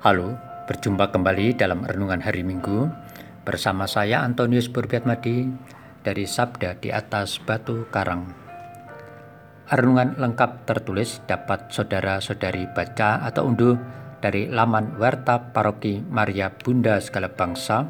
Halo, berjumpa kembali dalam Renungan Hari Minggu bersama saya Antonius Burbiatmadi dari Sabda di Atas Batu Karang. Renungan lengkap tertulis dapat saudara-saudari baca atau unduh dari laman Warta Paroki Maria Bunda Segala Bangsa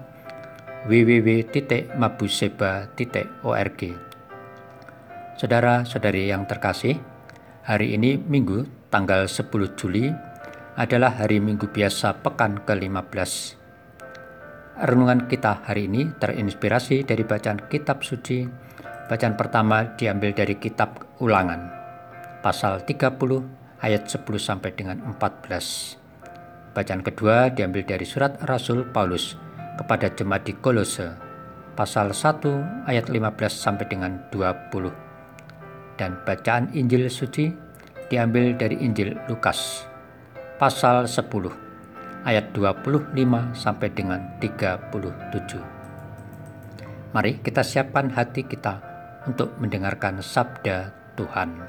www.mabuseba.org. Saudara-saudari yang terkasih, hari ini Minggu tanggal 10 Juli adalah hari Minggu biasa pekan ke-15. Renungan kita hari ini terinspirasi dari bacaan kitab suci. Bacaan pertama diambil dari kitab Ulangan, pasal 30 ayat 10 sampai dengan 14. Bacaan kedua diambil dari surat Rasul Paulus kepada jemaat di Kolose, pasal 1 ayat 15 sampai dengan 20. Dan bacaan Injil suci diambil dari Injil Lukas, pasal 10 ayat 25 sampai dengan 37. Mari kita siapkan hati kita untuk mendengarkan sabda Tuhan.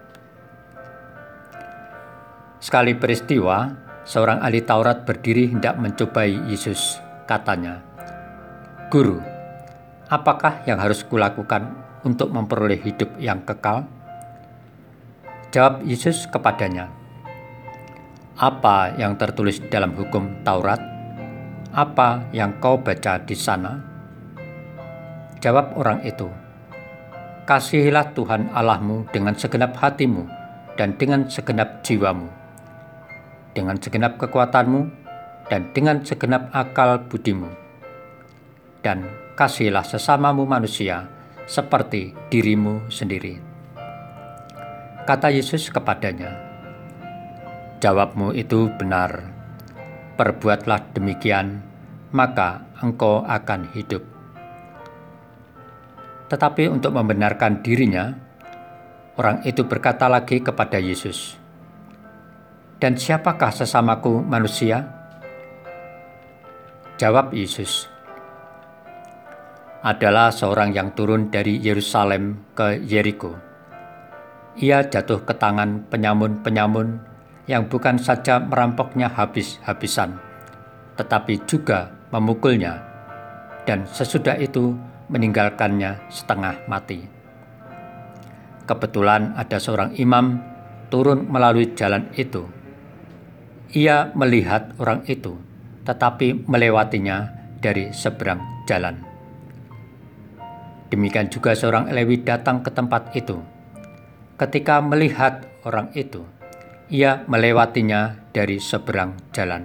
Sekali peristiwa, seorang ahli Taurat berdiri hendak mencobai Yesus. Katanya, "Guru, apakah yang harus kulakukan untuk memperoleh hidup yang kekal?" Jawab Yesus kepadanya, "Apa yang tertulis dalam hukum Taurat? Apa yang kau baca di sana?" Jawab orang itu, "Kasihilah Tuhan Allahmu dengan segenap hatimu dan dengan segenap jiwamu, dengan segenap kekuatanmu dan dengan segenap akal budimu. Dan kasihilah sesamamu manusia seperti dirimu sendiri." Kata Yesus kepadanya, "Jawabmu itu benar. Perbuatlah demikian, maka engkau akan hidup." Tetapi untuk membenarkan dirinya, orang itu berkata lagi kepada Yesus, "Dan siapakah sesamaku manusia?" Jawab Yesus, "Adalah seorang yang turun dari Yerusalem ke Yeriko. Ia jatuh ke tangan penyamun-penyamun yang bukan saja merampoknya habis-habisan, tetapi juga memukulnya, dan sesudah itu meninggalkannya setengah mati. Kebetulan ada seorang imam turun melalui jalan itu. Ia melihat orang itu, tetapi melewatinya dari seberang jalan. Demikian juga seorang Lewi datang ke tempat itu. Ketika melihat orang itu, ia melewatinya dari seberang jalan.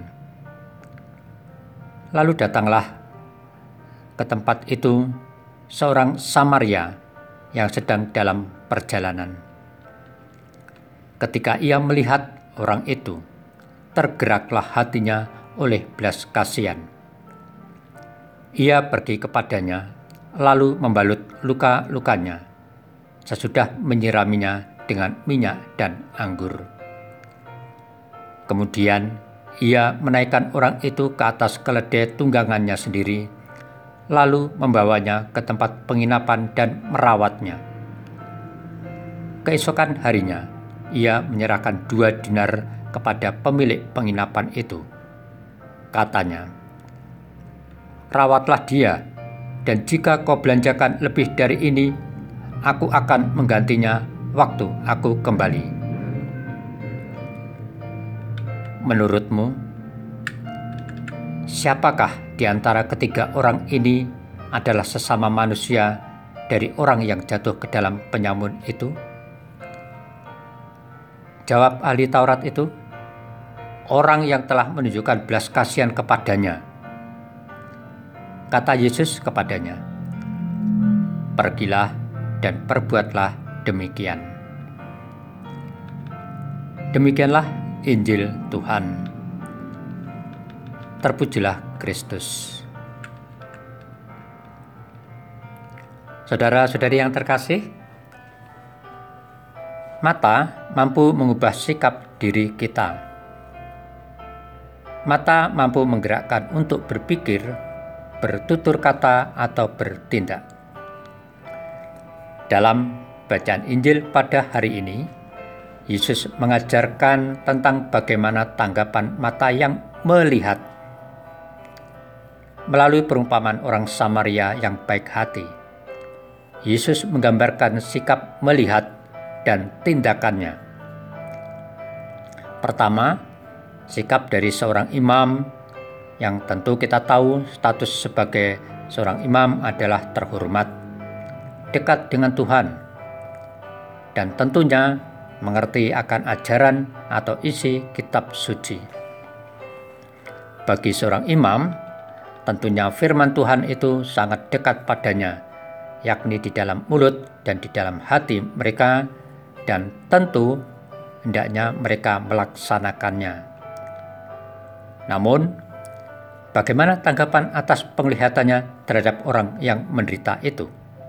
Lalu datanglah ke tempat itu seorang Samaria yang sedang dalam perjalanan. Ketika ia melihat orang itu, tergeraklah hatinya oleh belas kasihan. Ia pergi kepadanya, lalu membalut luka-lukanya, sesudah menyiraminya dengan minyak dan anggur. Kemudian ia menaikkan orang itu ke atas keledai tunggangannya sendiri, lalu membawanya ke tempat penginapan dan merawatnya. Keesokan harinya, ia menyerahkan 2 dinar kepada pemilik penginapan itu. Katanya, "Rawatlah dia, dan jika kau belanjakan lebih dari ini, aku akan menggantinya waktu aku kembali." Menurutmu, siapakah di antara ketiga orang ini adalah sesama manusia dari orang yang jatuh ke dalam penyamun itu? Jawab ahli Taurat itu, "Orang yang telah menunjukkan belas kasihan kepadanya." Kata Yesus kepadanya, "Pergilah dan perbuatlah demikian." Demikianlah Injil Tuhan. Terpujilah Kristus. Saudara-saudari yang terkasih, mata mampu mengubah sikap diri kita. Mata mampu menggerakkan untuk berpikir, bertutur kata, atau bertindak. Dalam bacaan Injil pada hari ini, Yesus mengajarkan tentang bagaimana tanggapan mata yang melihat. Melalui perumpamaan orang Samaria yang baik hati, Yesus menggambarkan sikap melihat dan tindakannya. Pertama, sikap dari seorang imam yang tentu kita tahu status sebagai seorang imam adalah terhormat, dekat dengan Tuhan, dan tentunya mengerti akan ajaran atau isi kitab suci. Bagi seorang imam, tentunya firman Tuhan itu sangat dekat padanya, yakni di dalam mulut dan di dalam hati mereka, dan tentu hendaknya mereka melaksanakannya. Namun, bagaimana tanggapan atas penglihatannya terhadap orang yang menderita itu?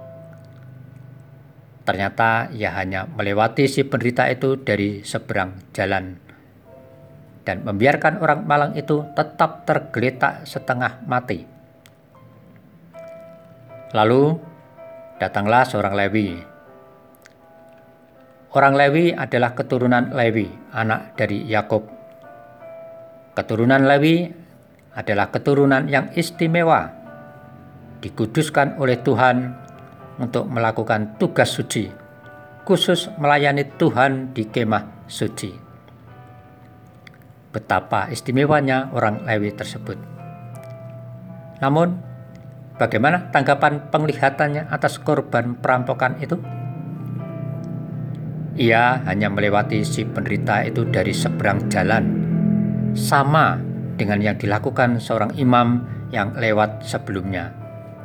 Ternyata ia hanya melewati si penderita itu dari seberang jalan dan membiarkan orang malang itu tetap tergeletak setengah mati. Lalu datanglah seorang Lewi. Orang Lewi adalah keturunan Lewi, anak dari Yakub. Keturunan Lewi adalah keturunan yang istimewa, dikuduskan oleh Tuhan untuk melakukan tugas suci, khusus melayani Tuhan di kemah suci. Betapa istimewanya orang Lewi tersebut. Namun, bagaimana tanggapan penglihatannya atas korban perampokan itu? Ia hanya melewati si penderita itu dari seberang jalan, sama dengan yang dilakukan seorang imam yang lewat sebelumnya.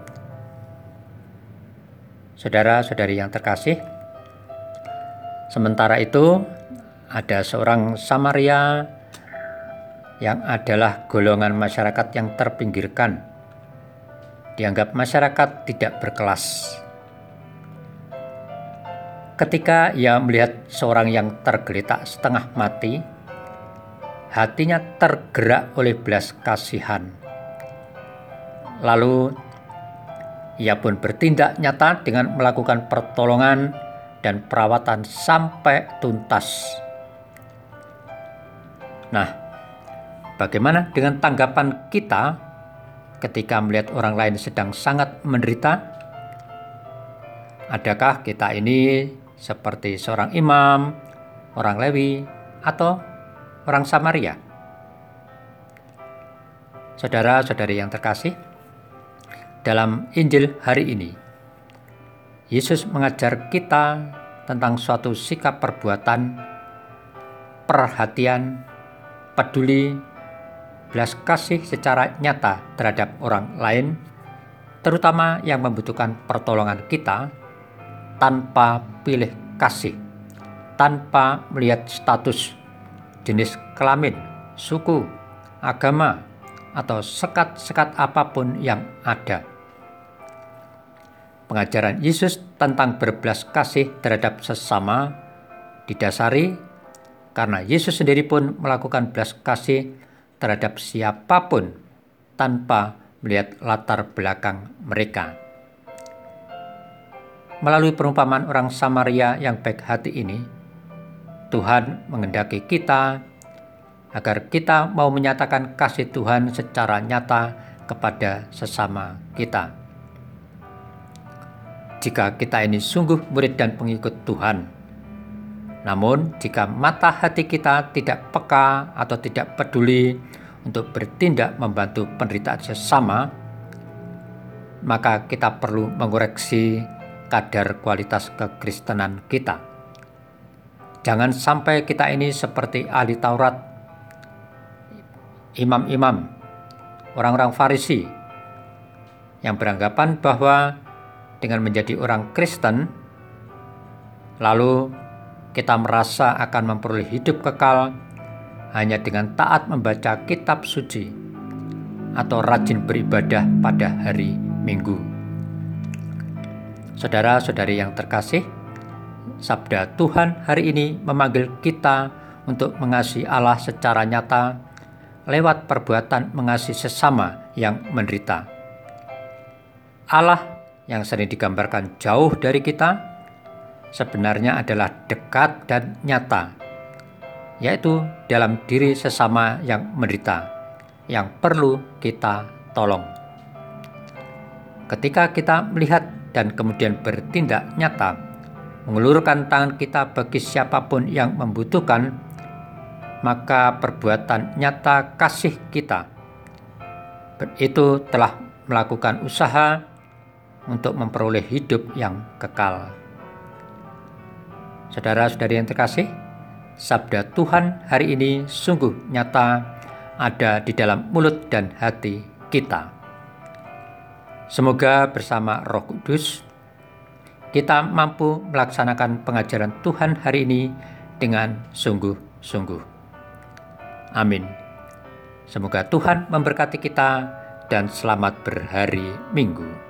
Saudara-saudari yang terkasih, sementara itu ada seorang Samaria yang adalah golongan masyarakat yang terpinggirkan, dianggap masyarakat tidak berkelas. Ketika ia melihat seorang yang tergeletak setengah mati, hatinya tergerak oleh belas kasihan. Lalu ia pun bertindak nyata dengan melakukan pertolongan dan perawatan sampai tuntas. Nah, bagaimana dengan tanggapan kita ketika melihat orang lain sedang sangat menderita? Adakah kita ini seperti seorang imam, orang Lewi, atau orang Samaria? Saudara-saudari yang terkasih, dalam Injil hari ini, Yesus mengajar kita tentang suatu sikap perbuatan, perhatian, peduli, belas kasih secara nyata terhadap orang lain, terutama yang membutuhkan pertolongan kita, tanpa pilih kasih, tanpa melihat status, jenis kelamin, suku, agama, atau sekat-sekat apapun yang ada. Pengajaran Yesus tentang berbelas kasih terhadap sesama didasari karena Yesus sendiri pun melakukan belas kasih terhadap siapapun tanpa melihat latar belakang mereka. Melalui perumpamaan orang Samaria yang baik hati ini, Tuhan menghendaki kita agar kita mau menyatakan kasih Tuhan secara nyata kepada sesama kita. Jika kita ini sungguh murid dan pengikut Tuhan, namun jika mata hati kita tidak peka atau tidak peduli untuk bertindak membantu penderitaan sesama, maka kita perlu mengoreksi kadar kualitas kekristenan kita. Jangan sampai kita ini seperti ahli Taurat, imam-imam, orang-orang Farisi yang beranggapan bahwa dengan menjadi orang Kristen, lalu kita merasa akan memperoleh hidup kekal hanya dengan taat membaca kitab suci atau rajin beribadah pada hari Minggu. Saudara-saudari yang terkasih, sabda Tuhan hari ini memanggil kita untuk mengasihi Allah secara nyata lewat perbuatan mengasihi sesama yang menderita. Allah yang sering digambarkan jauh dari kita sebenarnya adalah dekat dan nyata, yaitu dalam diri sesama yang menderita, yang perlu kita tolong. Ketika kita melihat dan kemudian bertindak nyata, mengulurkan tangan kita bagi siapapun yang membutuhkan, maka perbuatan nyata kasih kita itu telah melakukan usaha untuk memperoleh hidup yang kekal. Saudara-saudari yang terkasih, sabda Tuhan hari ini sungguh nyata ada di dalam mulut dan hati kita. Semoga bersama Roh Kudus kita mampu melaksanakan pengajaran Tuhan hari ini dengan sungguh-sungguh. Amin. Semoga Tuhan memberkati kita dan selamat berhari Minggu.